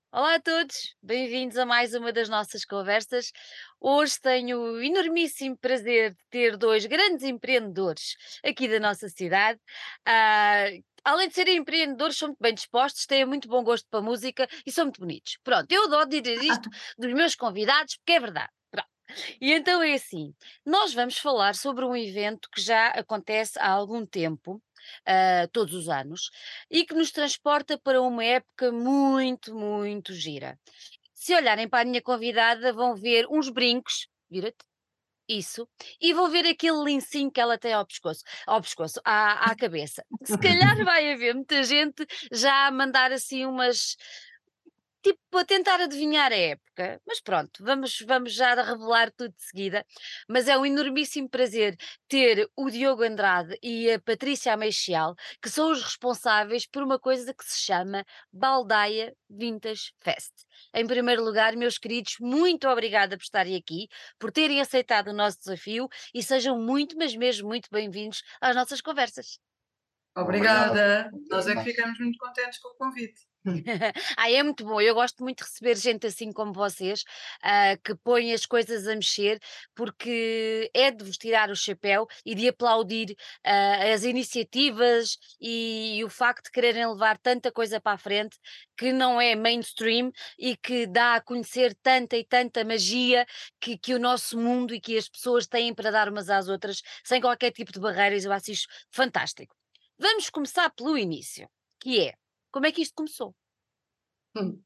Olá a todos, bem-vindos a mais uma das nossas conversas. Hoje tenho o enormíssimo prazer de ter dois grandes empreendedores aqui da nossa cidade. Ah, Além de serem empreendedores, são muito bem dispostos, têm muito bom gosto para música e são muito bonitos. Pronto, eu adoro dizer isto dos meus convidados porque é verdade. Pronto. E então é assim: nós vamos falar sobre um evento que já acontece há algum tempo, todos os anos, e que nos transporta para uma época muito, muito gira. Se olharem para a minha convidada, vão ver uns brincos, vira-te, isso, e vão ver aquele lencinho que ela tem ao pescoço, à cabeça. Se calhar vai haver muita gente já a mandar assim umas, tipo, a tentar adivinhar a época, mas pronto, vamos já revelar tudo de seguida. Mas é um enormíssimo prazer ter o Diogo Andrade e a Patrícia Ameixial, que são os responsáveis por uma coisa que se chama Baldaia Vintage Fest. Em primeiro lugar, meus queridos, muito obrigada por estarem aqui, por terem aceitado o nosso desafio e sejam muito, mas mesmo muito bem-vindos às nossas conversas. Obrigado. Obrigada. Nós Obrigado é que nós. ficamos muito contentes com o convite. É muito bom. Eu gosto muito de receber gente assim como vocês, que põe as coisas a mexer, porque é de vos tirar o chapéu e de aplaudir as iniciativas e o facto de quererem levar tanta coisa para a frente que não é mainstream e que dá a conhecer tanta e tanta magia que o nosso mundo e que as pessoas têm para dar umas às outras sem qualquer tipo de barreiras. Eu acho isto fantástico. Vamos começar pelo início, que é como é que isto começou? Hum.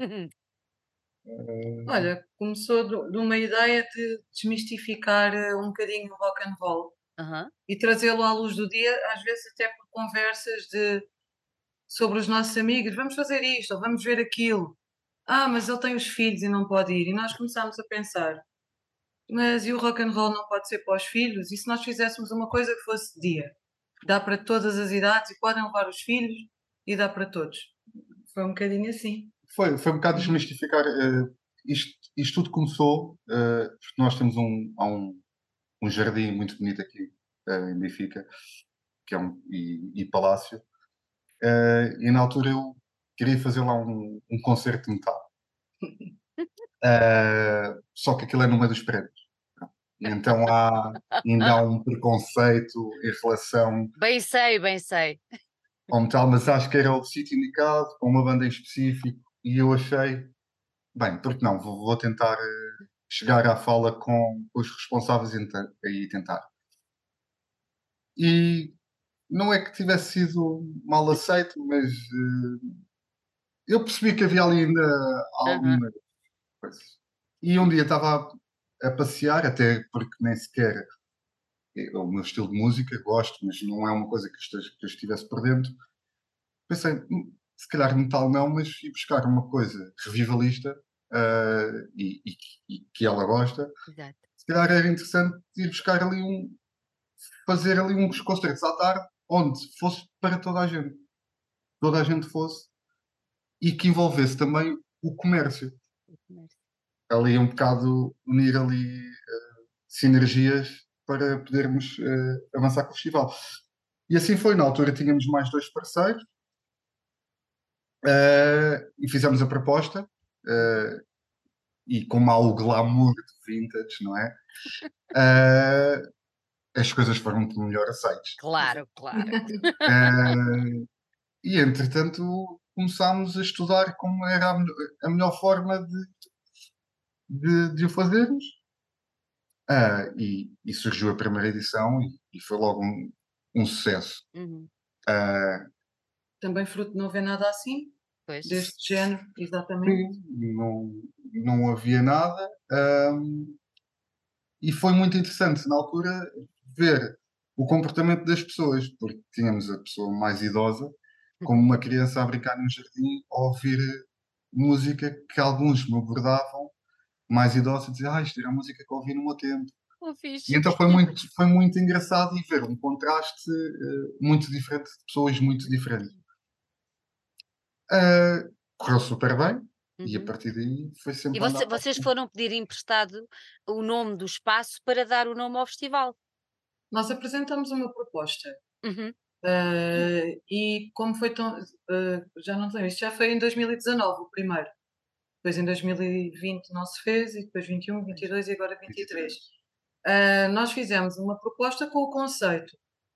Eh, Olha, começou de uma ideia de desmistificar um bocadinho o rock and roll Aham. e trazê-lo à luz do dia, às vezes até por conversas sobre os nossos amigos. Vamos fazer isto, ou vamos ver aquilo. Ah, mas ele tem os filhos e não pode ir. E nós começámos a pensar, mas e o rock and roll não pode ser para os filhos? E se nós fizéssemos uma coisa que fosse de dia? Dá para todas as idades e podem levar os filhos e dá para todos. Foi um bocadinho assim. foi um bocado desmistificar. Isto tudo começou porque nós temos um jardim muito bonito aqui em Benfica, que é e palácio, e na altura eu queria fazer lá um concerto de metal. Só que aquilo é no meio dos prédios. E então ainda há um preconceito em relação Bem sei, bem sei. ao metal, mas acho que era o sítio indicado, com uma banda em específico, e eu achei, bem, porque não, vou tentar chegar à fala com os responsáveis e tentar. E não é que tivesse sido mal aceito, mas eu percebi que havia ali ainda Aham. algumas coisas. E um dia estava a passear, até porque nem sequer é o meu estilo de música, gosto, mas não é uma coisa que eu estivesse por dentro. Pensei, se calhar metal não, mas ir buscar uma coisa revivalista e que ela gosta. Exato. Se calhar era interessante ir buscar ali fazer ali uns concertos à tarde onde fosse para toda a gente fosse e que envolvesse também o comércio. Ali um bocado unir ali sinergias para podermos avançar com o festival. E assim foi, na altura tínhamos mais dois parceiros e fizemos a proposta. eh, e como há o glamour de vintage, não é? Eh, as coisas foram muito melhor aceites. Claro, claro. Eh, e entretanto começámos a estudar como era a melhor forma de o fazermos. E surgiu a primeira edição e foi logo um sucesso. Uhum. Ah, Também fruto de não haver nada assim, Pois. deste género, exatamente. sim, não havia nada. E foi muito interessante na altura ver o comportamento das pessoas, porque tínhamos a pessoa mais idosa, como uma criança a brincar no jardim, a ouvir música que alguns me abordavam, mais idosos, a dizer, isto era a música que eu ouvi no meu tempo. Oh, E fixe. então foi muito engraçado e ver um contraste muito diferente de pessoas muito diferentes. Ah, correu super bem e a Uhum. partir daí foi E sempre a andar para a vocês frente. foram pedir emprestado o nome do espaço para dar o nome ao festival? Nós apresentamos uma proposta, Uhum. e como foi tão já não tenho, isto já foi em 2019 o primeiro. Depois em 2020 não se fez, e depois 21, 22 e agora 23. Nós fizemos uma proposta com o conceito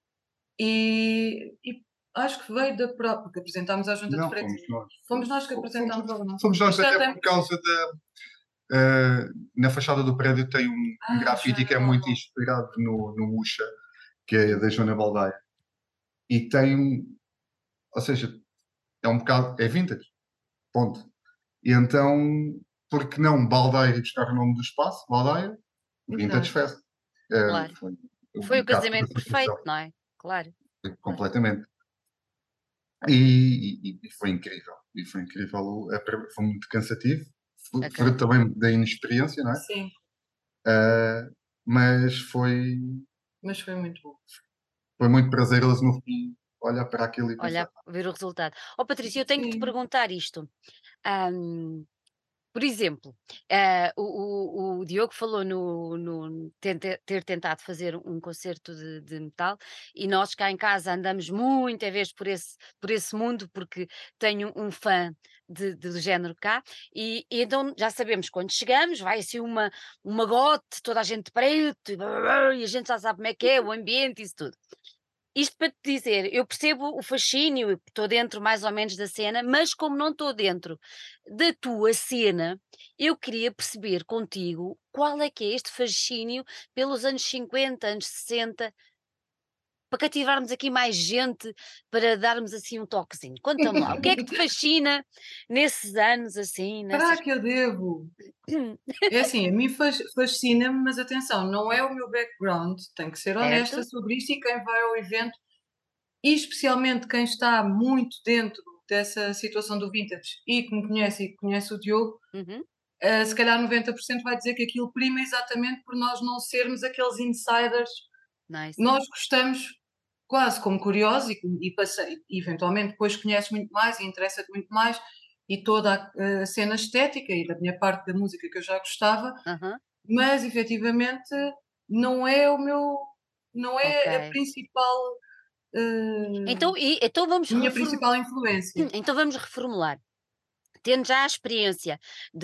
e acho que veio da própria, porque apresentámos à Junta de Não, fomos Freguesia. nós. Fomos nós que apresentámos ao não? Fomos nós Isto já até tem. por causa da. Na fachada do prédio tem um grafite que é já muito não. inspirado no Usha, que é da Joana Baldaia. E tem, ou seja, é um bocado, é vintage, ponto. E então, por que não Baldaia e buscar o nome do espaço, Baldaia, Vintage Exato. Fest. Claro. Foi um Foi o bocado por casamento essa perfeito, função, não é? Claro, claro. completamente. E foi incrível. E foi incrível, foi muito cansativo, fruto Ok. também da inexperiência, não é? Sim, Mas mas foi muito bom. foi muito prazeroso no fim olhar para aquilo e Olha, pensar. ver o resultado. Ó Patrícia, eu tenho que te Sim. perguntar isto. Ahm, por exemplo, o Diogo falou no ter tentado fazer um concerto de metal e nós cá em casa andamos muitas vezes por esse mundo porque tenho um fã do género cá e então já sabemos quando chegamos vai assim uma gote, toda a gente de preto e, blá, blá, blá, e a gente já sabe como é que é, o ambiente e isso tudo. Isto para te dizer, eu percebo o fascínio, estou dentro mais ou menos da cena, mas como não estou dentro da tua cena, eu queria perceber contigo qual é que é este fascínio pelos anos 50, anos 60, para cativarmos aqui mais gente, para darmos assim um toquezinho. Conta-me lá, o que é que te fascina nesses anos assim, Será nessas. que eu devo? É assim, a mim fascina-me, mas atenção, não é o meu background, tenho que ser honesta Certo? sobre isto, e quem vai ao evento, e especialmente quem está muito dentro dessa situação do vintage e que me conhece e que conhece o Diogo, Uhum, se calhar 90% vai dizer que aquilo prima exatamente por nós não sermos aqueles insiders. nice. Nós gostamos quase como curiosos e passei, eventualmente depois conheces muito mais e interessa-te muito mais, e toda a cena estética e da minha parte da música que eu já gostava, Aham, mas efetivamente não é o meu, não ok. é a principal, Então minha principal influência. então vamos reformular. Tendo já a experiência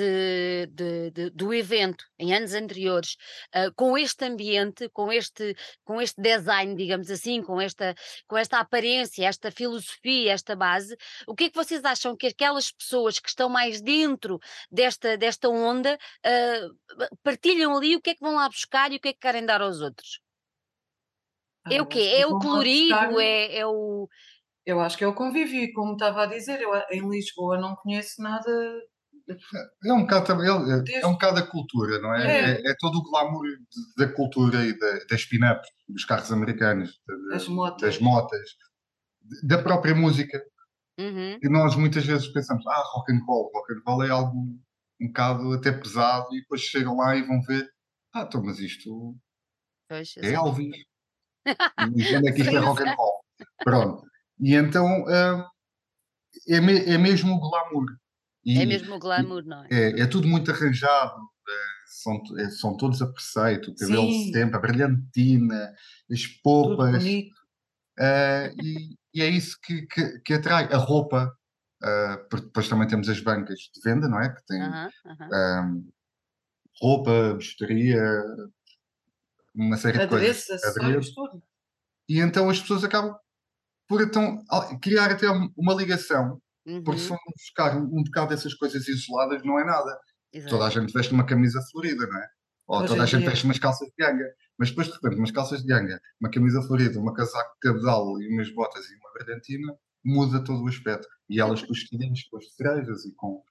do evento em anos anteriores, com este ambiente, com este design, digamos assim, com esta aparência, esta filosofia, esta base, o que é que vocês acham que aquelas pessoas que estão mais dentro desta onda, partilham ali, o que é que vão lá buscar e o que é que querem dar aos outros? É o Eu quê? acho que É o vão lá buscar, colorido? É o. eu acho que é o convívio, e como estava a dizer, eu em Lisboa não conheço nada É um bocado, também, é um desde. bocado a cultura, não é? Uhum, É todo o glamour da cultura e das pin-ups, dos carros americanos, As das motas. motas, da própria música. uhum, E nós muitas vezes pensamos, rock and roll é algo um bocado até pesado, e depois chegam lá e vão ver, então, mas isto pois, eu é sei. Elvis. E onde é que isto é Sim, eu rock and sei. roll? Pronto. E então é mesmo o glamour. É E, mesmo o e glamour, não é? é tudo muito arranjado, são todos a preceito, o cabelo Sim, sempre, a brilhantina, as tudo poupas, bonito. e é isso que atrai. A roupa, porque depois também temos as bancas de venda, não é? Que têm Aham, aham. ah, roupa, bijuteria, uma série de coisas, Adereços, acessórios, adereços, tudo. e então as pessoas acabam por então, criar até uma ligação, porque se Uhum, formos buscar um bocado dessas coisas isoladas, não é nada. Toda a exato. gente veste uma camisa florida, não é? Ou Hoje toda a em gente dia, veste umas calças de ganga. Mas depois, de repente, umas calças de ganga, uma camisa florida, uma casaco de cabedal e umas botas e uma brilhantina, muda todo o aspecto. E elas com os vestidinhos, com as cerejas e com.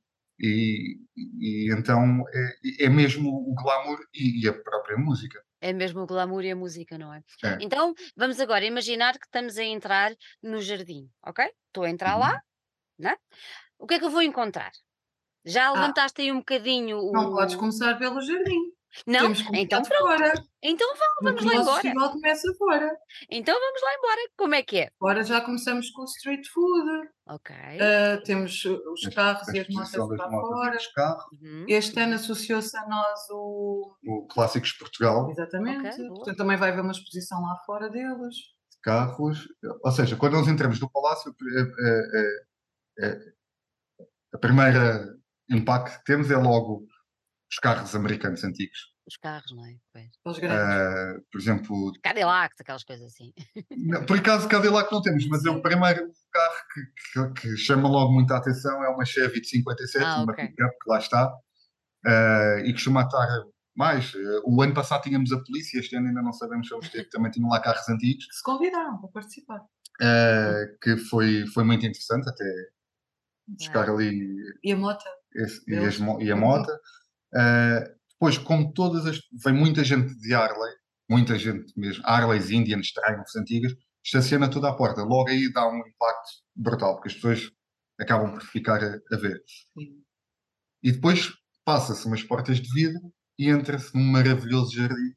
E então é mesmo o glamour e a própria música. É mesmo o glamour e a música, não é? É. Então, vamos agora imaginar que estamos a entrar no jardim, ok? Estou a entrar lá, Uhum. né? O que é que eu vou encontrar? Já ah, levantaste aí um bocadinho não podes o. começar pelo jardim. Não? Temos que começar Então de pronto. fora, Então porque vamos o lá nosso embora. festival começa fora. Então vamos lá embora. Como é que é? Fora já começamos com o street food, Ok. temos os A carros e as motas exposição das cá motas e fora. dos carros. Uhum, Este ano uhum. associou-se a nós o. O Clássicos Portugal, Ok, Exatamente, boa. portanto também vai haver uma exposição lá fora deles. de carros. Ou seja, quando nós entramos no Palácio, a primeira. impacto que temos é logo os carros americanos antigos. Os carros, não é? Pois. Os grandes. Por exemplo, Cadillacs, aquelas coisas assim. por acaso Cadillac não temos, mas é o Sim. primeiro carro que chama logo muita atenção, é uma Chevy de 57, uma Ok. pick-up que lá está, e costuma estar mais. O ano passado tínhamos a polícia, este ano ainda não sabemos se vamos ter, que também tinham lá carros antigos, Que se convidaram para participar. que foi muito interessante, até buscar Claro. ali E a moto deles. e a moto. Depois, como vem muita gente de Harley, muita gente mesmo, Harleys, Indians, Triumphs antigas, estaciona tudo à porta. Logo aí dá um impacto brutal, porque as pessoas acabam por ficar a ver. Sim. E depois passa-se umas portas de vidro e entra-se num maravilhoso jardim,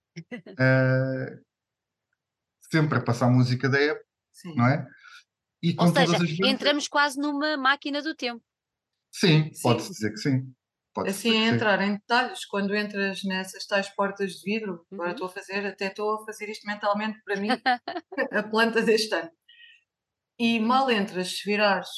sempre a passar música da época, Sim. não é? E Ou com todas seja, as bandas. entramos quase numa máquina do tempo. Sim, Sim. pode-se dizer que sim. Pode-se Assim, dizer a que sim. entrar em detalhes, quando entras nessas tais portas de vidro, agora Uhum. estou a fazer isto mentalmente para mim, a planta deste ano. E mal entras, se virares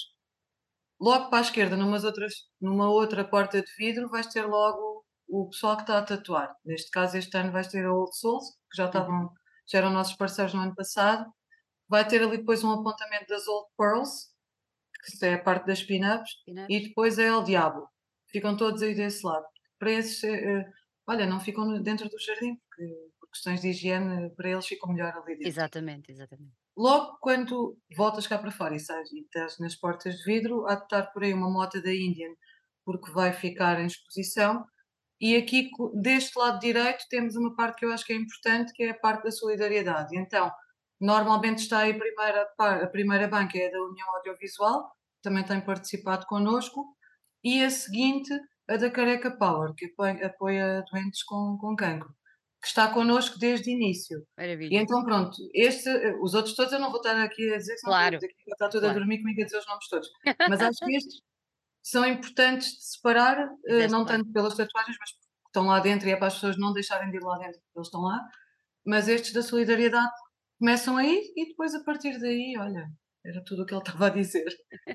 logo para a esquerda, numa outra porta de vidro, vais ter logo o pessoal que está a tatuar. Neste caso, este ano vais ter a Old Souls, que Uhum. já eram nossos parceiros no ano passado. Vai ter ali depois um apontamento das Old Pearls, que é a parte das pin-ups, Pin-ups. e depois é El Diablo. Ficam todos aí desse lado. Para esses, olha, não ficam dentro do jardim, porque por questões de higiene, para eles ficam melhor ali dentro. Exatamente, exatamente. Logo quando voltas cá para fora e sais e estás nas portas de vidro, há de estar por aí uma moto da Indian, porque vai ficar em exposição. E aqui, deste lado direito, temos uma parte que eu acho que é importante, que é a parte da solidariedade. Então, normalmente está aí a primeira banca é da União Audiovisual, também tem participado connosco, e a seguinte, a da Careca Power, que apoia doentes com cancro, que está connosco desde o início. E Maravilha. então, pronto, os outros todos eu não vou estar aqui a dizer, senão Claro, daqui a estar tudo a claro. dormir comigo a dizer os nomes todos. Mas acho que estes são importantes de separar, Fizeste não bem. tanto pelas tatuagens, mas porque estão lá dentro e é para as pessoas não deixarem de ir lá dentro porque eles estão lá. Mas estes da solidariedade começam aí e depois a partir daí, olha, era tudo o que ele estava a dizer.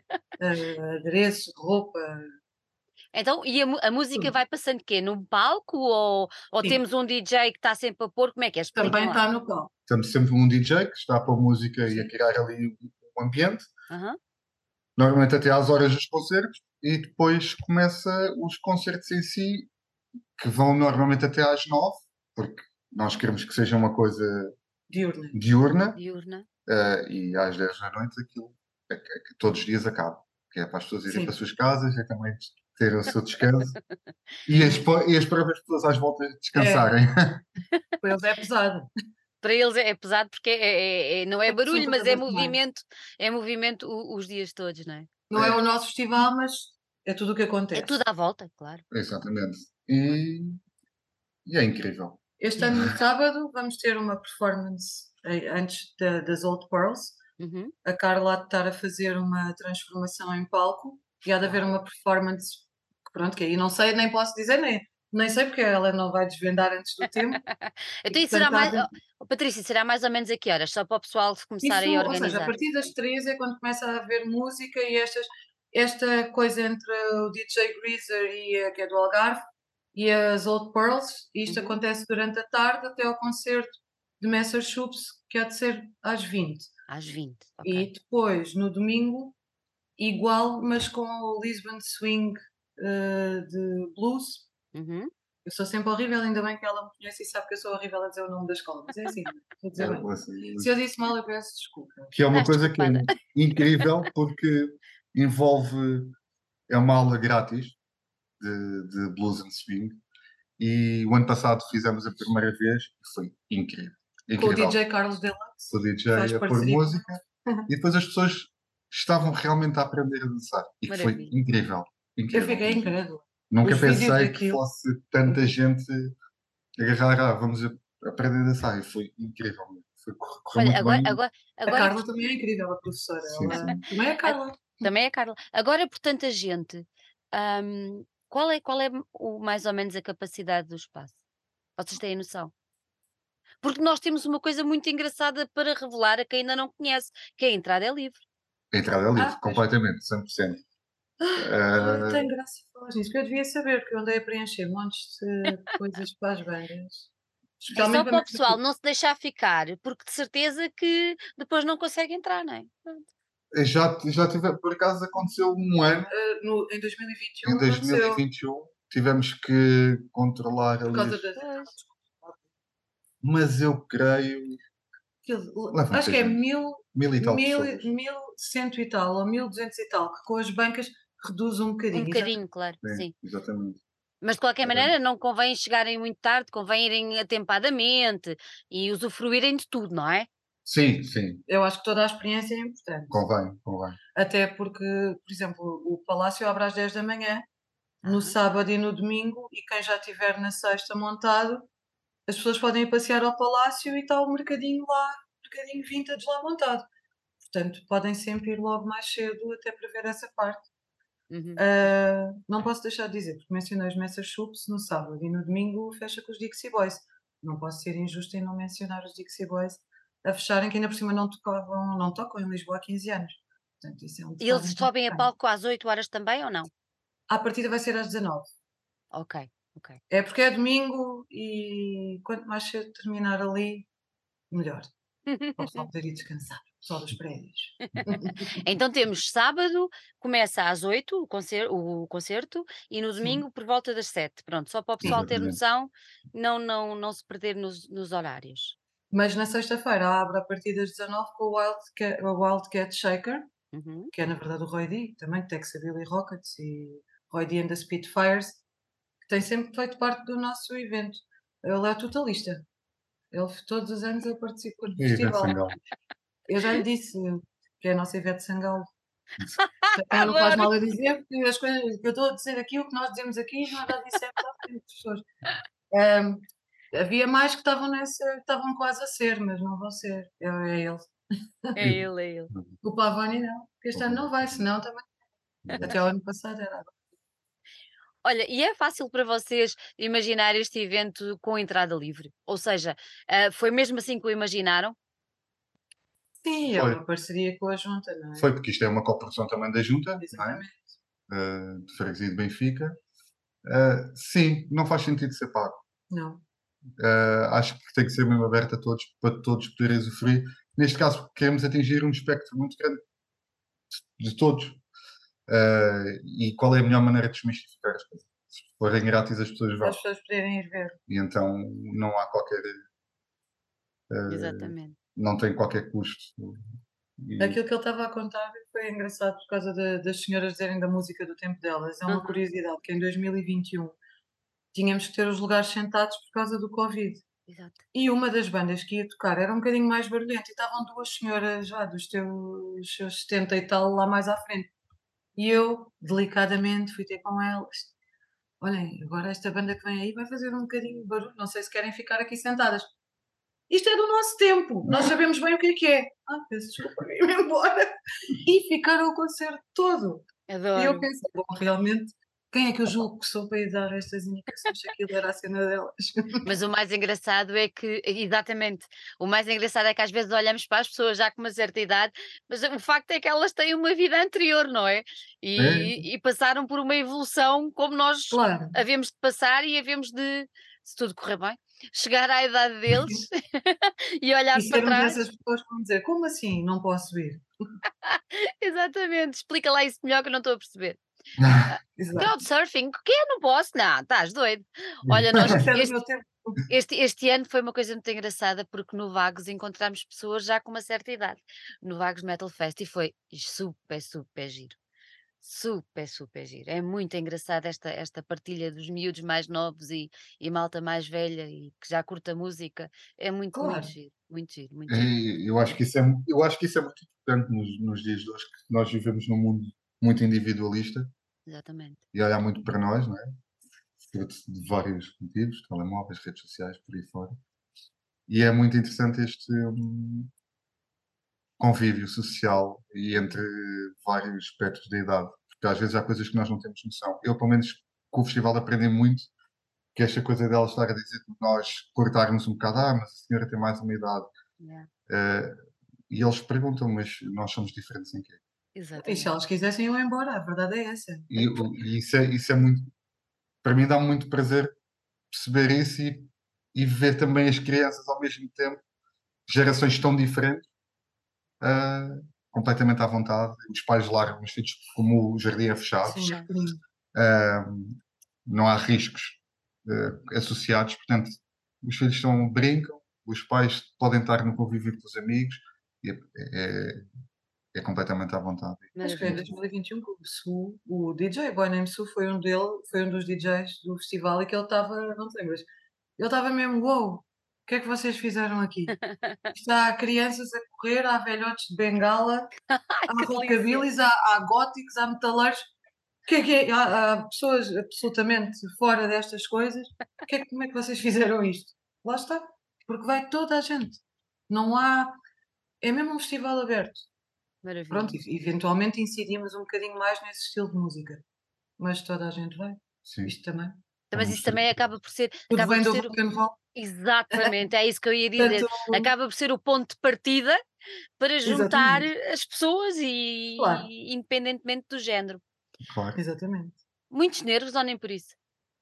Adereços, roupa, Então, e a música tudo. vai passando quê? Num palco ou Sim, temos um DJ que está sempre a pôr? Como é que é? Expliquem também lá. está no palco. Temos sempre um DJ que está a pôr música e a Sim. criar ali o ambiente, Aham. normalmente até às horas dos concertos, e depois começa os concertos em si, que vão normalmente até às 9, porque nós queremos que seja uma coisa Diurna. diurna, Diurna. e às 10 da noite aquilo que todos os dias acaba, que é para as pessoas irem Sim. para as suas casas, é também ter o seu descanso, e as próprias pessoas às voltas É, descansarem. para eles é pesado. Para eles é pesado porque não é É porque são barulho, mas cada vez mais. é movimento os dias todos, não é? Não é o nosso festival, mas é tudo o que É acontece. tudo à volta, claro. Exatamente. E é incrível. Este ano, no sábado, vamos ter uma performance antes das Old Pearls. Uhum. A Carla há de estar a fazer uma transformação em palco e há de haver uma performance que, pronto, que aí não sei, nem posso dizer, nem sei porque ela não vai desvendar antes do tempo. E Então isso será portanto, mais. Patrícia, será mais ou menos a que horas? Só para o pessoal se começar isso, aí a ou seja, a organizar. partir das 3 é quando começa a haver música e esta coisa entre o DJ Greaser que é do Algarve e as Old Pearls, e isto Uhum. acontece durante a tarde até ao concerto de Messer Schupps, que há de ser às 20. Às 20, E ok. depois, no domingo, igual, mas com o Lisbon Swing de blues. Uhum. Eu sou sempre horrível, ainda bem que ela me conhece e sabe que eu sou horrível a dizer o nome da escola, mas é assim, estou a dizer bem. Se eu disse mal, eu peço desculpa. Que é uma Estás coisa que é desculpada. incrível porque envolve, é uma aula grátis de blues and swing, e o ano passado fizemos a primeira vez e foi incrível. Com o Incrível. DJ Carlos Deluxe, O que DJ faz a pôr parceria música e depois as pessoas estavam realmente a aprender a dançar e que foi Maravilha. incrível. Eu Incrível. fiquei incrédula. Nunca Os vídeos pensei que daquilo. fosse tanta gente agarrar, vamos aprender a dançar, e foi incrível. Correu Olha, muito bem. A agora Carla também é incrível, a professora. Sim, Ela sim. também é a- Carla. também é Carla. Agora por tanta gente, qual é mais ou menos a capacidade do espaço? Vocês têm noção? Porque nós temos uma coisa muito engraçada para revelar a quem ainda não conhece, que a entrada é livre. A entrada é livre, Pois. completamente, 100%. Ai, Ah, tem graça falar nisso, que eu devia saber, que eu andei a preencher montes de coisas para as bandas, É só especialmente para para o pessoal Mozambique. não se deixar ficar, porque de certeza que depois não consegue entrar, não é? Pronto. Já tive, por acaso aconteceu um ano, Em 2021 em aconteceu, 2021, tivemos que controlar por ali, causa das Pois. entradas. mas eu creio, leva Acho muita que é gente, 1000 e tal pessoas. 1100 e tal, ou 1200 e tal, que com as bancas reduz um Um bocadinho. bocadinho, claro, Sim, sim. exatamente. Mas de qualquer Eh, maneira não convém chegarem muito tarde, convém irem atempadamente e usufruírem de tudo, não é? sim, sim, Eu acho que toda a experiência é importante. convém, convém. Até porque, por exemplo, o Palácio abre às 10 da manhã, no Ah, sábado e no domingo, e quem já estiver na sexta montado, as pessoas podem ir passear ao Palácio e está o mercadinho lá, o mercadinho vintage lá montado. Portanto, podem sempre ir logo mais cedo até para ver essa parte. uhum. Não posso deixar de dizer, porque mencionei os Messershops no sábado e no domingo fecha com os Dixie Boys. Não posso ser injusta em não mencionar os Dixie Boys a fecharem, que ainda por cima não tocam em Lisboa há 15 anos. Portanto, isso é um E detalhe eles muito sobem a importante. palco às 8 horas também ou não? À partida vai ser às 19. Ok, ok. É porque é domingo e quanto mais cedo terminar ali, melhor. Para o pessoal poder ir descansar. O pessoal dos prédios. Então temos sábado, começa às 8 o concerto e no Sim, domingo por volta das 7. Pronto, só para o pessoal sim. ter Exatamente. noção, não se perder nos horários. Mas na sexta-feira abre a partir das 19 com o Wildcat Shaker, Uhum. que é na verdade o Roy D, também Texabilly Rockets e Roy D and the Spitfires, que tem sempre feito parte do nosso evento. Ele é totalista. Todos os anos ele participa no E Ivete festival. Sangalo. Eu já lhe disse que é a nossa Ivete Sangalo. Também não faz Adoro! mal eu dizer, porque as coisas que eu estou a dizer aqui, o que nós dizemos aqui, nós já dissemos à frente das pessoas. Ahm, Havia mais que estavam quase a ser, mas não vão ser. É ele. É ele, é ele. O Pavani não, porque este ano não vai, senão também. Até o Exato. ano passado era. Olha, e é fácil para vocês imaginar este evento com entrada livre? Ou seja, foi mesmo assim que o imaginaram? Sim, é Foi, uma parceria com a Junta, não é? foi porque isto é uma cooperação também da Junta, não é? Exatamente. De Freguesia de Benfica. Sim, não faz sentido ser pago. Não. Acho que tem que ser mesmo aberto a todos, para todos poderem usufruir. Neste caso, queremos atingir um espectro muito grande de todos. E qual é a melhor maneira de desmistificar as coisas? Se forem grátis, as pessoas Para as vão. pessoas poderem ir ver. E então não há qualquer. Exatamente. Não tem qualquer custo. E, Aquilo que ele estava a contar foi engraçado por causa das senhoras dizerem da música do tempo delas. É uma Aham, curiosidade que em 2021 tínhamos que ter os lugares sentados por causa do Covid. exato. E uma das bandas que ia tocar era um bocadinho mais barulhenta e estavam duas senhoras já dos seus 70 e tal lá mais à frente. E eu, delicadamente, fui ter com elas. Olhem, agora esta banda que vem aí vai fazer um bocadinho de barulho, não sei se querem ficar aqui sentadas. Isto é do nosso tempo, nós sabemos bem o que é. Peço desculpa, vim-me embora. E ficaram o concerto todo. E eu Adoro. pensei, bom, realmente, quem é que eu julgo que sou para ir dar estas indicações se aquilo era a cena delas? Mas o mais engraçado é que, exatamente, o mais engraçado é que às vezes olhamos para as pessoas já com uma certa idade, mas o facto é que elas têm uma vida anterior, não é? é, E passaram por uma evolução como nós Claro. havemos de passar e havemos de, se tudo correr bem, chegar à idade deles e E olhar para sermos trás. essas pessoas que vão dizer, como assim não posso ir? Exatamente, explica lá isso melhor que eu não estou a perceber. Exato. Crowdsurfing, o quê? Não posso? Não, estás doido. Olha, nós, Isso é do meu tempo. este ano foi uma coisa muito engraçada porque no Vagos encontramos pessoas já com uma certa idade, no Vagos Metal Fest e foi super, super giro. Super, super giro. É muito engraçado esta partilha dos miúdos mais novos e malta mais velha e que já curta música. É muito, muito Claro. giro, muito giro, muito giro. eu acho que isso é muito importante nos dias de hoje, que nós vivemos num mundo muito individualista Exatamente. e olhar muito para nós, não é? Fruto de vários motivos, telemóveis, redes sociais, por aí fora. E é muito interessante este convívio social e entre vários espectros de idade, porque às vezes há coisas que nós não temos noção. Eu, pelo menos, com o festival aprendi muito, que esta coisa dela estar a dizer que nós cortarmos um bocado, mas a senhora tem mais uma idade. Yeah. E eles perguntam, mas nós somos diferentes em quê? E se Exatamente. elas quisessem, iam embora, a verdade é essa. E isso é muito, para mim dá muito prazer perceber isso e ver também as crianças ao mesmo tempo, gerações tão diferentes, ah, completamente à vontade. Os pais largam os filhos como o jardim é fechado, Sim, é Fechado. pequenino. ah, não há riscos associados, portanto, os filhos brincam, os pais podem estar no convívio com os amigos e é completamente à vontade. Acho que foi em Maravilhoso. 2021 que o Su, o DJ Boy Name Su, foi um dos DJs do festival e que ele estava, não te lembras? Ele estava mesmo, uou, o que é que vocês fizeram aqui? Está há crianças a correr, há velhotes de bengala, há Que delícia! rockabillys, há góticos, há metaleiros. O que é? Há pessoas absolutamente fora destas coisas. Como é que vocês fizeram isto? Lá está. Porque vai toda a gente. Não há. É mesmo um festival aberto. Pronto, Maravilhoso. e eventualmente incidimos um bocadinho mais nesse estilo de música. Mas toda a gente vai. Sim, Isto também. Mas isso também Tudo acaba vem por do ser rock and roll. exatamente, é isso que eu ia dizer. Portanto, Acaba por ser o ponto de partida para juntar exatamente. as pessoas Claro, e independentemente do género. claro. exatamente. Muitos nervos ou nem por isso?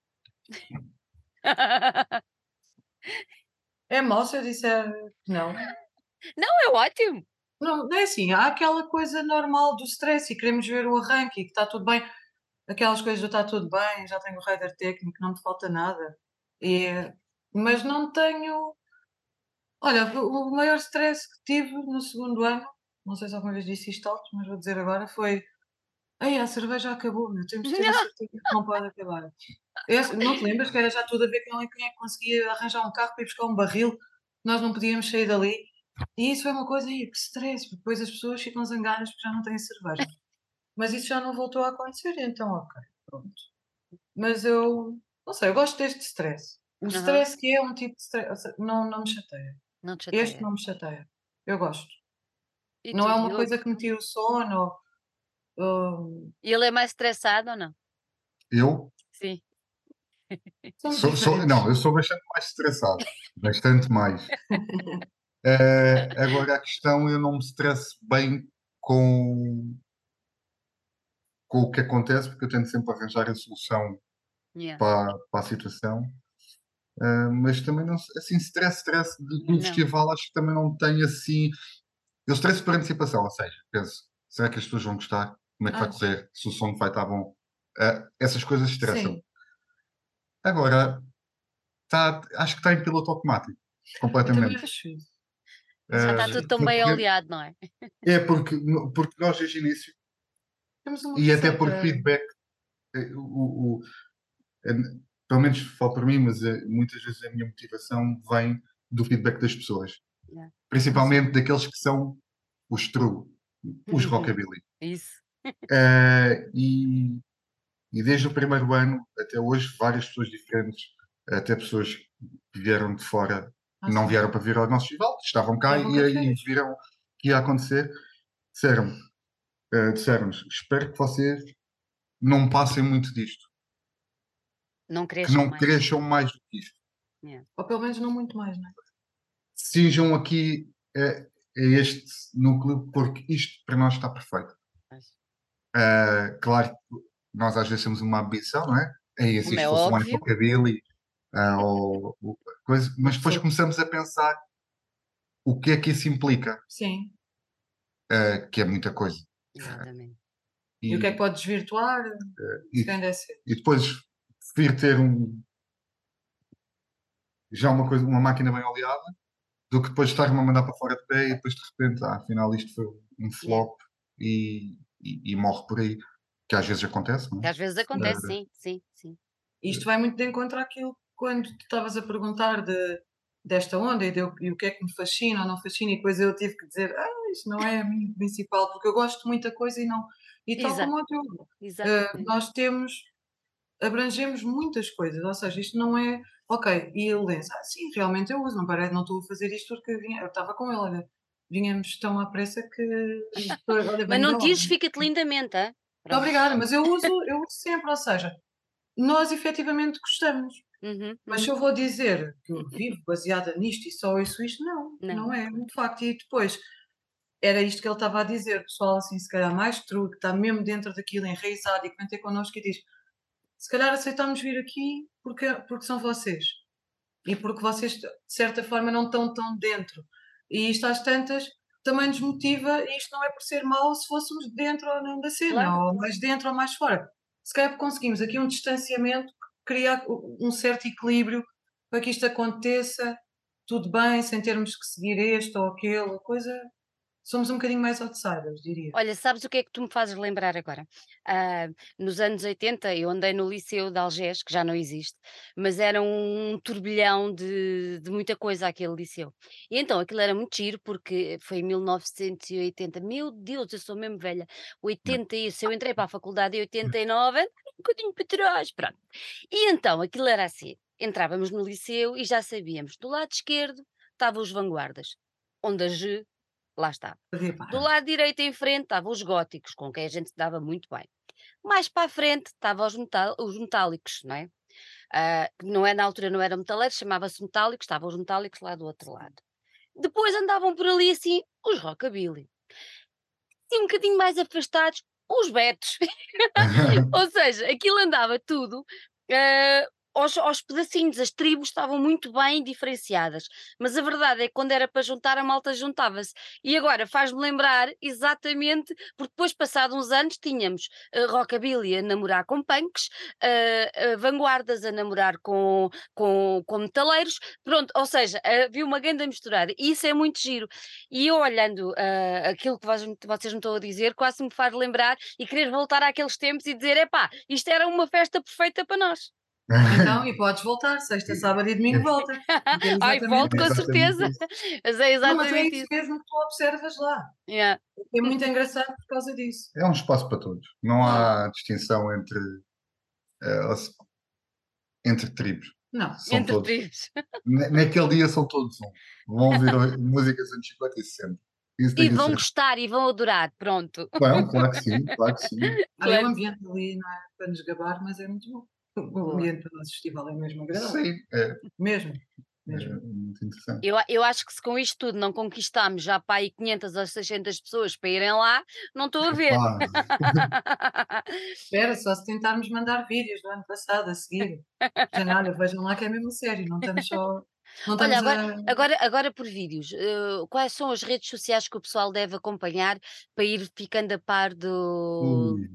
É mau se eu disser que não. Não, é ótimo. Não, não é assim, há aquela coisa normal do stress e queremos ver o arranque e que está tudo bem. Aquelas coisas do está tudo bem, já tenho o radar técnico, não me falta nada. E, mas não tenho. Olha, o maior stress que tive no segundo ano, não sei se alguma vez disse isto alto, mas vou dizer agora, foi: Ei, a cerveja acabou, meu, temos de ter a certeza que não pode acabar. Não te lembras que era já tudo a ver quem é que conseguia arranjar um carro para ir buscar um barril, nós não podíamos sair dali. E isso foi uma coisa, que stress, porque depois as pessoas ficam zangadas porque já não têm cerveja. Mas isso já não voltou a acontecer, então ok, pronto. Mas eu, não sei, eu gosto deste stress. O Aham, stress que é um tipo de stress, ou seja, não me chateia. não te Este chateia. não me chateia. Eu gosto. E Não tu, é uma Diogo? coisa que me tira o sono. Ou, E ele é mais estressado ou não? Eu Sim. somos diferentes. não, eu sou bastante mais estressado, bastante mais. Agora a questão, eu não me estresso bem com, com o que acontece, porque eu tento sempre arranjar a solução Yeah. para a situação. Mas também não, assim, stress do Não. festival, acho que também não tenho assim. Eu estresso por antecipação, ou seja, penso, será que as pessoas vão gostar? Como é que vai Ah, sim. correr? Se o som vai estar bom? Essas coisas estressam. Sim, Agora, acho que está em piloto automático, eu também completamente. acho isso. Já Também está acho tudo isso. tão bem Porque, oleado, não é? porque nós desde o início, Temos uma e até por receita. feedback, eh, pelo menos falo por mim, mas muitas vezes a minha motivação vem do feedback das pessoas, Yeah. Ah, sim. principalmente daqueles que são os true, os rockabilly. Isso. E desde o primeiro ano até hoje, várias pessoas diferentes, até pessoas que vieram de fora, Ah, não sim. vieram para vir ao nosso festival, estavam cá Estavam cá de e férias. viram que ia acontecer, disseram, disseram-nos, espero que vocês não passem muito disto, Não que cresçam não mais. cresçam mais do que isto. Yeah. Ou pelo menos não muito mais, não é? Sejam aqui a este núcleo, porque isto para nós está perfeito. Mas, Claro que nós às vezes temos uma ambição, não é? Se como é isto fosse um ano óbvio. rockabilly, ou coisa, Uma mas depois pessoa. começamos a pensar o que é que isso implica, Sim. que é muita coisa. Exatamente. E o que é que E, pode desvirtuar? Se e, calhar é cedo. e depois prefiro ter já uma coisa, uma máquina bem oleada, do que depois estar-me a mandar para fora de pé e depois de repente, afinal isto foi um Yeah. flop e morre por aí, que às vezes acontece, não Que às vezes Sim. acontece, sim, sim, sim. Isto vai muito de encontro àquilo que quando tu estavas a perguntar desta onda e o que é que me fascina ou não fascina, e depois eu tive que dizer, isto não é a minha principal, porque eu gosto de muita coisa e não. E tal Exato, como o teu, exatamente. nós abrangemos muitas coisas, ou seja, isto não é, ok, e ele diz, sim, realmente eu uso, não parece, não estou a fazer isto porque eu estava com ele, olha, vinhamos tão à pressa que, olha, Mas venho não da te obra. Muito justifica-te lindamente, hã? Pronto. obrigada, mas eu uso sempre, ou seja, nós efetivamente gostamos. Uhum, Mas se uhum. eu vou dizer que eu vivo baseada nisto e só ouço isto, não, Não, não é claro. um facto. E depois, era isto que ele estava a dizer, pessoal assim, se calhar mais true, que está mesmo dentro daquilo, enraizado, e que vem ter connosco e diz, se calhar aceitamos vir aqui porque são vocês. E porque vocês, de certa forma, não estão tão dentro. E isto às tantas também nos motiva, e isto não é por ser mau se fôssemos dentro ou não da cena, Claro. ou mais dentro ou mais fora. Se calhar conseguimos aqui um distanciamento que cria um certo equilíbrio para que isto aconteça, tudo bem, sem termos que seguir este ou aquele, a coisa. Somos um bocadinho mais outsiders, diria. Olha, sabes o que é que tu me fazes lembrar agora? Ah, nos anos 80 eu andei no Liceu de Algés, que já não existe, mas era um turbilhão de muita coisa aquele liceu. E então aquilo era muito giro porque foi em 1980. Meu Deus, eu sou mesmo velha. 80 isso, eu entrei para a faculdade em 89, andei um bocadinho para trás, pronto. E então aquilo era assim, entrávamos no liceu e já sabíamos, do lado esquerdo estavam os vanguardas, onde a G, lá está. Do lado direito em frente estavam os góticos, com quem a gente se dava muito bem. Mais para a frente estavam os metálicos, não é? Que não é na altura, não eram metaleiros, chamava-se metálicos, estavam os metálicos lá do outro lado. Depois andavam por ali assim os rockabilly. E um bocadinho mais afastados, os betos. Ou seja, aquilo andava tudo ah, aos pedacinhos, as tribos estavam muito bem diferenciadas, mas a verdade é que quando era para juntar, a malta juntava-se. E agora faz-me lembrar exatamente, porque depois, passados uns anos, tínhamos rockabilly a namorar com punks, vanguardas a namorar com metaleiros, pronto, ou seja, havia uma grande misturada, e isso é muito giro. E eu olhando aquilo que vocês me estão a dizer, quase me faz lembrar e querer voltar àqueles tempos e dizer: epá, isto era uma festa perfeita para nós. Então, e podes voltar, sexta, sábado e domingo voltas. Porque é Ai, volto exatamente com isso. Exatamente certeza, isso. mas é Não, mas é exatamente isso isso. mesmo que tu observas lá. Yeah. É muito engraçado por causa disso. É um espaço para todos. Não há distinção eh, entre tribos. Não. São Entre todos. tribos. Naquele dia são todos um. Vão ouvir músicas anos 50 e 60. Isso E tenho a vão certeza. gostar e vão adorar, pronto. Bom, claro que sim, claro que sim. Olha, o Claro. ambiente ali não é para nos gabar, mas é muito bom. O Boa. ambiente do nosso festival é mesmo agradável. Sim, é Mesmo. é Mesmo. muito interessante. Eu acho que se com isto tudo não conquistámos já para aí 500 ou 600 pessoas para irem lá, não estou a ver. Pá, Espera, só se tentarmos mandar vídeos do ano passado a seguir. Já, olha, vejam lá que é mesmo sério, não estamos só. Não Olha, estamos a. agora por vídeos, quais são as redes sociais que o pessoal deve acompanhar para ir ficando a par do ui,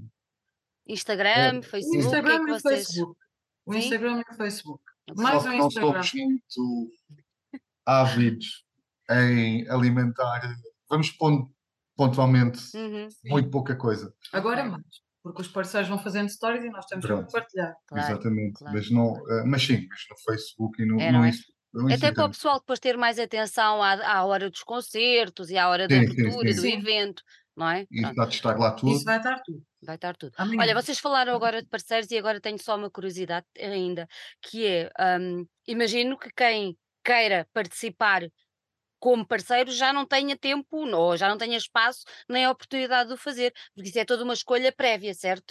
é, Instagram, O Facebook? O que é Instagram que e o vocês. Facebook. O Sim? Instagram e o Facebook. Ok. Mais só o que não Instagram. somos muito ávidos em alimentar. Vamos pondo pontualmente Uhum, muito pouca coisa. Agora ok. mais. Porque os parceiros vão fazendo stories e nós estamos sempre a Pronto, partilhar. Claro, exatamente. claro, Mas, não, claro. mas sim, mas no Facebook e É, não é? No Até para o Instagram. pessoal depois ter mais atenção à hora dos concertos e à hora da Sim, sim, abertura do sim. Sim, evento, não é? Isso Pronto, há de estar lá isso tudo. vai estar tudo. vai estar tudo. Olha, Amanhã. vocês falaram agora de parceiros e agora tenho só uma curiosidade ainda, que é, imagino que quem queira participar como parceiro já não tenha tempo ou já não tenha espaço nem a oportunidade de o fazer, porque isso é toda uma escolha prévia, certo?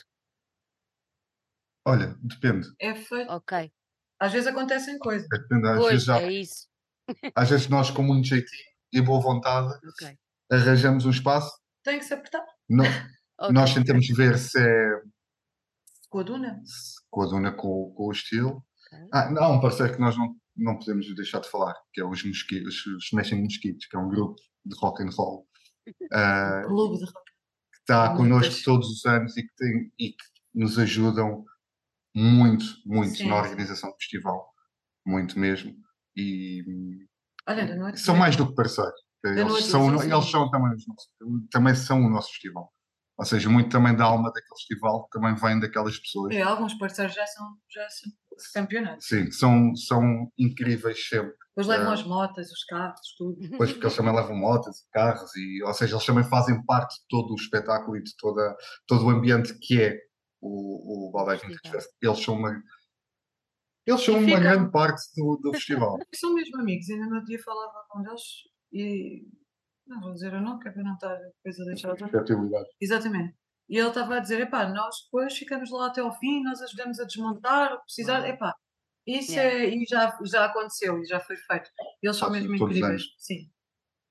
Olha, depende. É feito. Ok, Às vezes acontecem coisas. Depende. pois, é isso. Às vezes nós, com muito jeitinho e boa vontade, Ok, arranjamos um espaço. Tem que se apertar. Nós ok, tentamos ver se é Com a Duna. se coaduna com o estilo. ok. Há um parceiro que nós não podemos deixar de falar, que é os Smashing Mosquitos, que é um grupo de rock and roll, ah, Clube de rock. que está connosco Muitas. todos os anos e que nos ajudam muito, muito Sim, na sim. organização do festival, muito mesmo. E Olha, da noite. são mais do que parceiros. Da noite, Eles são também os nossos, também são o nosso festival. Ou seja, muito também da alma daquele festival também vem daquelas pessoas. É, alguns parceiros já são campeonatos. Sim, são incríveis sempre. Depois levam as motas, os carros, tudo. Pois, porque eles também levam motas e carros, ou seja, eles também fazem parte de todo o espetáculo e de todo o ambiente que é o Baldeiros Music Festival. Fest. Eles são E uma ficam. grande parte do festival. São mesmo amigos. Ainda no outro dia falava com eles e. Não vou dizer o nome, que é para não estar depois a deixar outra. Respectividade. Exatamente. E ele estava a dizer: epá, nós depois ficamos lá até ao fim, nós ajudamos a desmontar, o que precisar. Uau. Epá, isso Yeah. é. E já aconteceu e já foi feito. Eles são Passa mesmo todos os incríveis. anos. Sim.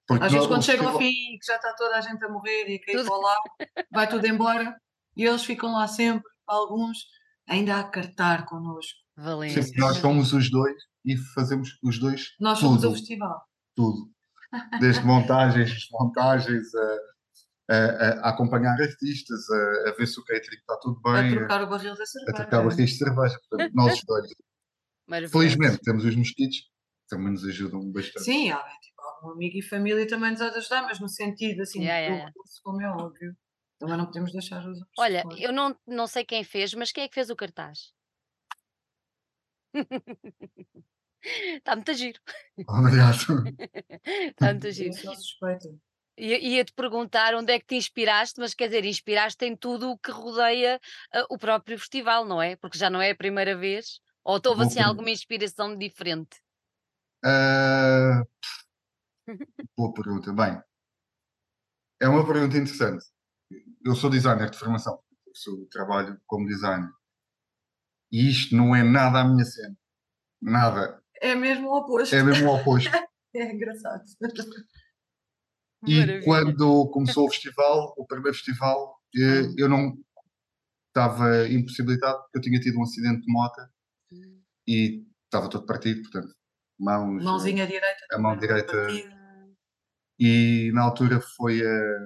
Porque Às vezes o quando chega ao festival- fim e que já está toda a gente a morrer e a cair Tudo. para lá, vai tudo embora e eles ficam lá sempre, alguns ainda a cartar connosco. Sim, Valente. nós somos os dois e fazemos os dois Nós somos o tudo, festival. tudo. Desde montagens, desmontagens, a acompanhar artistas, a ver se o catering está tudo A bem, trocar o barril da a trocar cerveja. barris de cerveja. Portanto, nós os dois. Maravilhoso. Felizmente temos os mosquitos, que também nos ajudam bastante. Sim, há tipo, algum amigo e família também nos há de ajudar, mas no sentido assim, Yeah. do curso, como é óbvio. Também não podemos deixar os outros de Olha, fora. eu não sei quem fez, mas quem é que fez o cartaz? Está muito giro. Obrigado. Está muito Eu giro. sou suspeita. Ia-te perguntar onde é que te inspiraste, mas quer dizer, inspiraste em tudo o que rodeia o próprio festival, não é? Porque já não é a primeira vez. Ou houve Boa assim per- alguma inspiração diferente? Ah, boa pergunta. Bem, é uma pergunta interessante. Eu sou designer de formação, trabalho como designer. E isto não é nada a minha cena. Nada. É mesmo o oposto. É mesmo o oposto. É engraçado. E Maravilha. quando começou o festival, o primeiro festival, eu não estava impossibilitado porque eu tinha tido um acidente de moto e estava todo partido, portanto, mãos, Mãozinha direita a mão também não é direita. partida. E na altura foi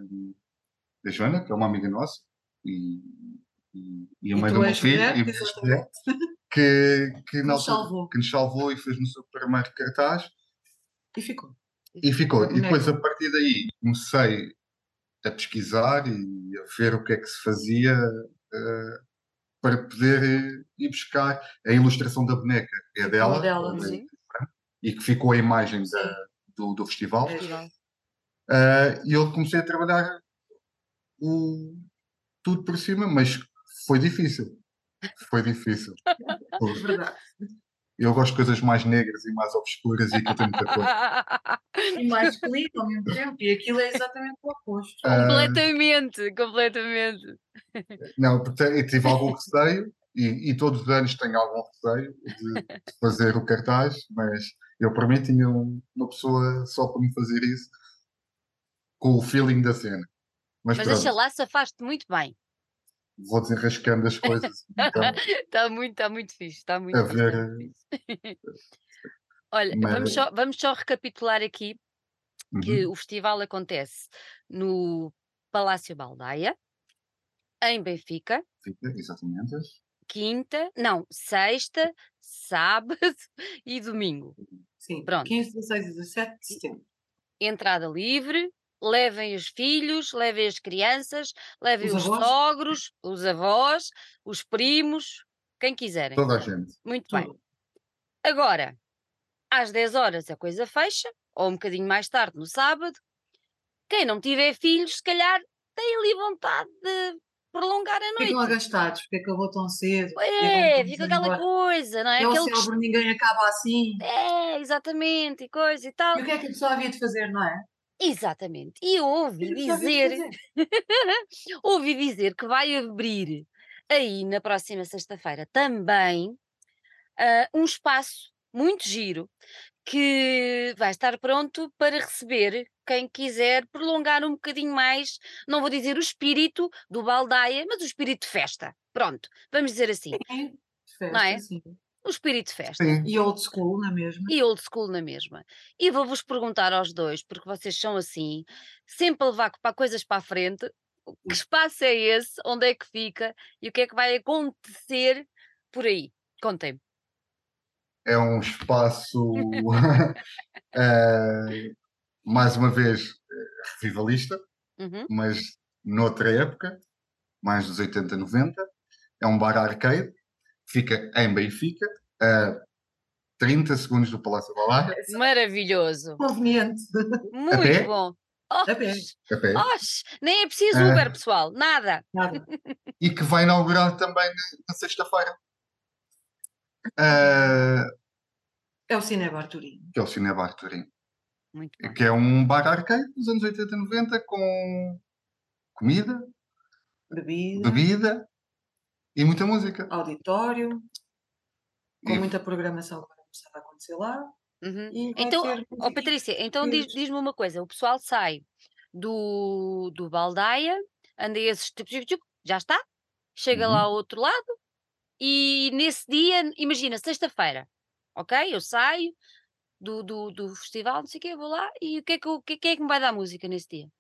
a Joana, que é uma amiga nossa, e, e a E mãe do tu meu filho, ex-mulher, e a minha ex-mulher, exatamente, que na nos altura salvou. que nos salvou e fez-nos o primeiro cartaz E ficou. e ficou. A E depois, boneca. a partir daí, comecei a pesquisar e a ver o que é que se fazia eh, para poder ir buscar a ilustração da boneca, que é Ficou a dela, dela, ela sim. e que ficou a imagem Sim. do festival. É. Festival. E eu comecei a trabalhar o, tudo por cima, mas foi difícil. Foi difícil. É verdade. Eu gosto de coisas mais negras e mais obscuras e aquilo tem muita cor. E mais clean ao mesmo tempo. E aquilo é exatamente o oposto. Ah, Completamente, completamente. não, porque eu tive algum receio e todos os anos tenho algum receio de fazer o cartaz, mas eu para mim tinha uma pessoa só para me fazer isso com o feeling da cena. Mas Mas deixa pronto, lá, safaste muito bem. vou desenrascando as coisas então, Está muito fixe, está a muito fixe, está muito ver. fixe. Olha, Mas, vamos só recapitular aqui que uhum, o festival acontece no Palácio Baldaia, em Benfica, fica, exatamente. quinta, não, sexta, sábado e domingo. Sim. Pronto. 15, 16 e 17 de setembro. Entrada livre, levem os filhos, levem as crianças, levem Os os avós, sogros, os avós, os primos, quem quiserem. Toda a gente. Muito bem. tudo. Agora, às 10 horas a coisa fecha, ou um bocadinho mais tarde no sábado. Quem não tiver filhos, se calhar tem ali vontade de prolongar a Ficam noite. agastados porque acabou tão cedo. E agora É, vamos fica aquela embora. coisa, não é? É o Aquele célebre, ninguém acaba assim. é, exatamente, e coisa e E tal. o que é que a pessoa havia de fazer, não é? Exatamente. E eu O que é que a pessoa havia de fazer? ouvi dizer que vai abrir aí na próxima sexta-feira também um espaço muito giro que vai estar pronto para receber quem quiser prolongar um bocadinho mais, não vou dizer o espírito do Baldaia, mas o espírito de festa. Pronto, vamos dizer assim, Sim, não festa, é? sim. O espírito de festa. Sim, E old school, não é mesmo? E old school na mesma. E vou-vos perguntar aos dois, porque vocês são assim, sempre a levar coisas para a frente. Que espaço é esse? Onde é que fica? E o que é que vai acontecer por aí? Contem-me. é um espaço, eh, mais uma vez, revivalista, Uhum. mas noutra época, mais dos 80, 90. É um bar arcade, fica em Benfica, a 30 segundos do Palácio Balada, Maravilhoso. Conveniente. a Muito pé, bom. A pé, Oxe, a pé, oxe, nem é preciso Uber, eh, pessoal, nada. nada. e que vai inaugurar também na sexta-feira, eh, É o Cinebar Turim. que é o Cinebar Turim, Muito bom. que é um bar arcade dos anos 80 e 90 com comida, Bebida, bebida e muita música. auditório, com E muita programação que vai começar a acontecer lá. Uhum. e vai Então, ter ó musiquinha Patrícia, para os então miúdos. diz-me uma coisa, o pessoal sai do Baldaia, anda esses tuc, tuc, tuc, já está, chega lá Uhum. ao outro lado e nesse dia, imagina, sexta-feira, ok? Eu saio do festival, não sei o quê, vou lá e o que é que, quem é que me vai dar música nesse dia?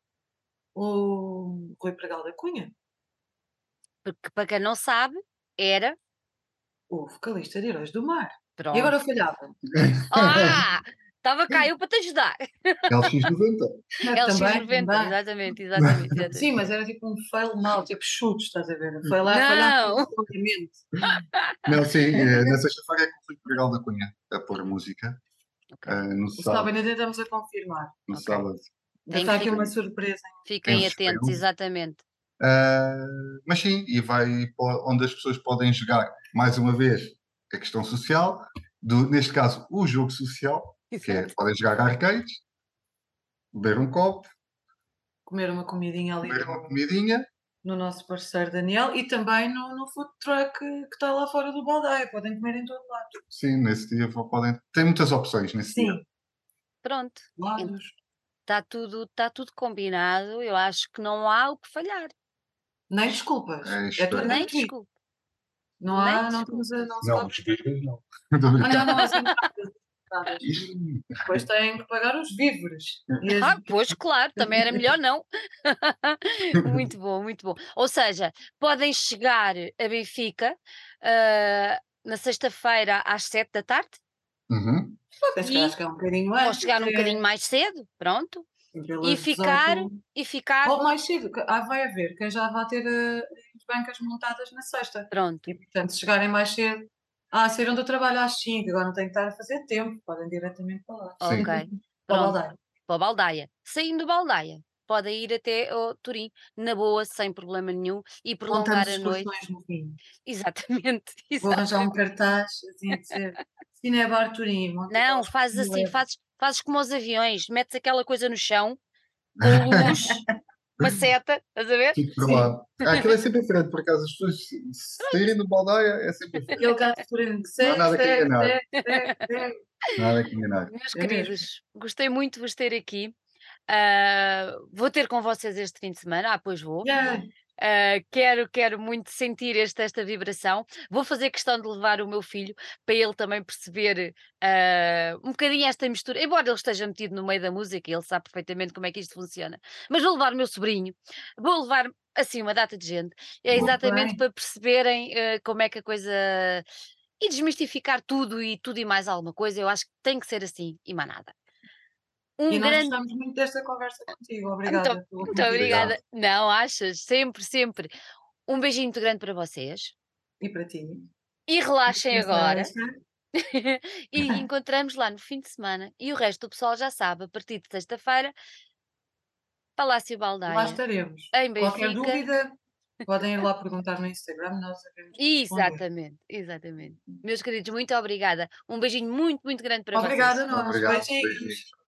O Rui Pregal da Cunha, Porque para quem não sabe, era, o vocalista de Heróis do Mar. E pronto. agora falhava. Ah! Estava cá eu para te ajudar. LX90. Também, LX90, também. exatamente, exatamente, exatamente. Sim, mas era tipo um fail mau, tipo chutes, estás a ver? Foi lá falhar Não! completamente. Não, sim, na sexta-feira é que o Filipe Regal da Cunha a pôr a música. Ok, No O sábado sábado. ainda tentamos a confirmar. No ok. sábado Ainda Tem está que aqui uma surpresa. tem um fiquem atentos, suspense. exatamente. Mas sim, e vai onde as pessoas podem jogar, mais uma vez, a questão social, neste caso, o jogo social, que é, Exato. podem jogar arcades, beber um copo, Comer uma comidinha ali comer uma comidinha. no nosso parceiro Daniel e também no food truck que está lá fora do Baldaia. Podem comer em todo lado. Sim, nesse dia podem. Tem muitas opções nesse dia. Sim, Pronto, lados. está tudo combinado, eu acho que não há o que falhar, Nem desculpas. É É isto tudo é. nem gratuito. desculpa, Não nem há, não, temos a, desculpas. não se Não, cobra. os vídeos não. Estou a brincar. Não, as entradas. As entradas. Ih, Depois têm que pagar os víveres. E as... Ah, pois claro, também era melhor não. Muito bom, muito bom. Ou seja, podem chegar a Benfica, na sexta-feira às 7 da tarde Podem chegar, e acho que é um bocadinho ou antes, chegar um bocadinho até mais cedo, pronto, e pelas ficar 18. e ficar Ou mais cedo, vai haver quem já vai ter as bancas montadas na sexta. pronto, E, portanto, se chegarem mais cedo, saíram do trabalho às 5, agora não têm que estar a fazer tempo, podem diretamente para lá. ok, sim, Para o pronto, Baldaio. para o Baldaia. Saindo do Baldaia, podem ir até ao Turim, na boa, sem problema nenhum, e prolongar Montamos a noite. excursões no fim. Exatamente, Vou arranjar um exatamente. cartaz assim a dizer Cinebar Turim, monta Não, aquelas fazes assim, leva. fazes como aos aviões, metes aquela coisa no chão, com luz, uma seta, estás a ver? fico por Sim, lá. Aquilo é sempre diferente, por acaso, as pessoas se saírem do Baldaia é sempre diferente. aquele gato turino que Não há segue, nada que segue, enganar. segue, segue, segue. Nada que enganar. Meus É mesmo. queridos, gostei muito de vos ter aqui. Vou ter com vocês este fim de semana, pois vou. Yeah. Quero muito sentir esta vibração. Vou fazer questão de levar o meu filho para ele também perceber um bocadinho esta mistura, embora ele esteja metido no meio da música, ele sabe perfeitamente como é que isto funciona. Mas vou levar o meu sobrinho, vou levar assim uma data de gente, é Muito exatamente bem. para perceberem como é que a coisa. E desmistificar tudo e mais alguma coisa. Eu acho que tem que ser assim e mais nada. E Um nós grande. gostamos muito desta conversa contigo. Muito, Obrigada pelo muito convite. Obrigado. obrigada. Não, achas? Sempre, sempre. Um beijinho muito grande para vocês E para ti. e relaxem Essa, agora. essa. E encontramos lá no fim de semana. E o resto do pessoal já sabe, a partir de sexta-feira, Palácio Lá Baldaia, estaremos. em Qualquer Benfica. dúvida, podem ir lá perguntar no Instagram, nós sabemos responder. Exatamente, exatamente. Meus queridos, muito obrigada. Um beijinho muito, muito grande para Obrigada vocês. a nós. Obrigado. Beijinhos. Beijinhos.